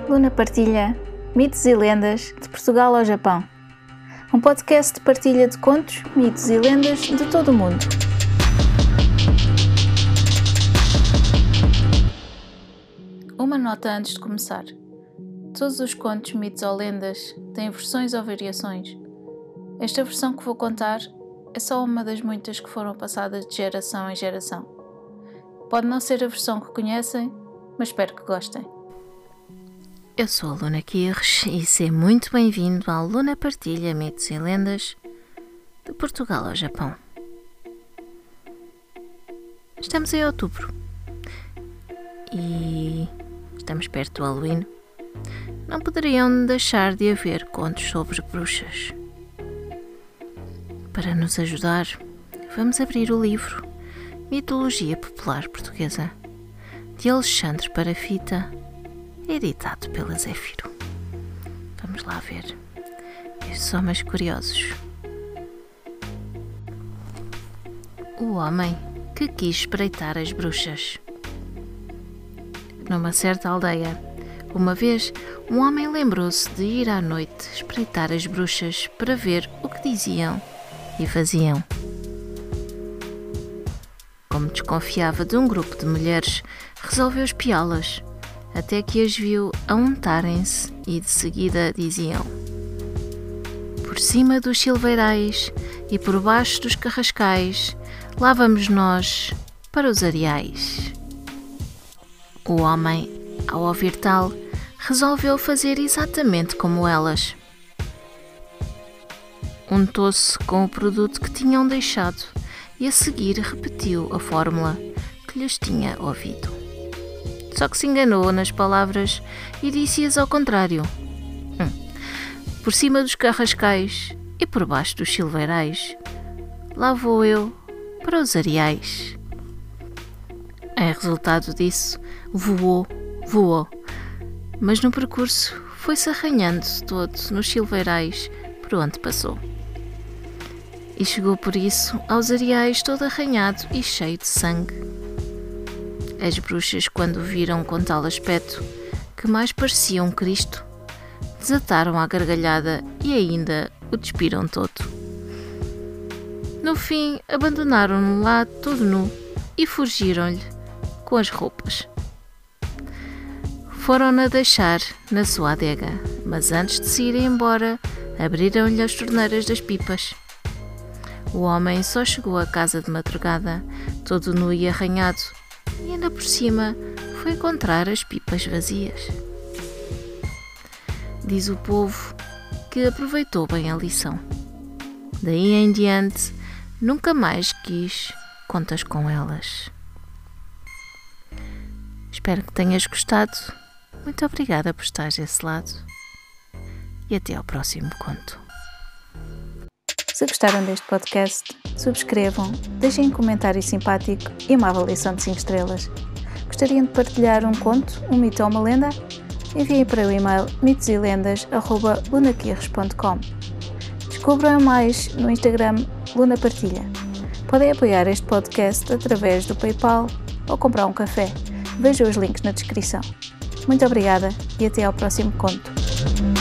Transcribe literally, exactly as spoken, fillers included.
Luna partilha mitos e lendas de Portugal ao Japão. Um podcast de partilha de contos, mitos e lendas de todo o mundo. Uma nota antes de começar. Todos os contos, mitos ou lendas têm versões ou variações. Esta versão que vou contar é só uma das muitas que foram passadas de geração em geração. Pode não ser a versão que conhecem, mas espero que gostem. Eu sou a Luna Quirres e seja muito bem-vindo ao Luna Partilha Mitos e Lendas de Portugal ao Japão. Estamos em outubro e estamos perto do Halloween. Não poderiam deixar de haver contos sobre bruxas. Para nos ajudar, vamos abrir o livro Mitologia Popular Portuguesa, de Alexandre Parafita, editado pela Zéfiro. Vamos lá ver. Estes homens curiosos. O homem que quis espreitar as bruxas. Numa certa aldeia, uma vez, um homem lembrou-se de ir à noite espreitar as bruxas para ver o que diziam e faziam. Como desconfiava de um grupo de mulheres, resolveu espiá-las, até que as viu a untarem-se e de seguida diziam: por cima dos silveirais e por baixo dos carrascais, lá vamos nós para os areais. O homem, ao ouvir tal, resolveu fazer exatamente como elas. Untou-se com o produto que tinham deixado e a seguir repetiu a fórmula que lhes tinha ouvido. Só que se enganou nas palavras e disse-as ao contrário. Hum. Por cima dos carrascais e por baixo dos silveirais, lá vou eu para os areais. Em resultado disso, voou, voou, mas no percurso foi-se arranhando todo nos silveirais por onde passou. E chegou por isso aos areais todo arranhado e cheio de sangue. As bruxas, quando o viram com tal aspecto, que mais parecia um Cristo, desataram a gargalhada e ainda o despiram todo. No fim, abandonaram-no lá todo nu e fugiram-lhe com as roupas. Foram-na deixar na sua adega, mas antes de se irem embora, abriram-lhe as torneiras das pipas. O homem só chegou a casa de madrugada, todo nu e arranhado, e ainda por cima foi encontrar as pipas vazias. Diz o povo que aproveitou bem a lição. Daí em diante, nunca mais quis contas com elas. Espero que tenhas gostado. Muito obrigada por estar desse lado. E até ao próximo conto. Se gostaram deste podcast, subscrevam, deixem um comentário simpático e uma avaliação de cinco estrelas. Gostariam de partilhar um conto, um mito ou uma lenda? Enviem para o e-mail mitos e lendas arroba lunaquirres ponto com. Descubram mais no Instagram Luna Partilha. Podem apoiar este podcast através do PayPal ou comprar um café. Vejam os links na descrição. Muito obrigada e até ao próximo conto.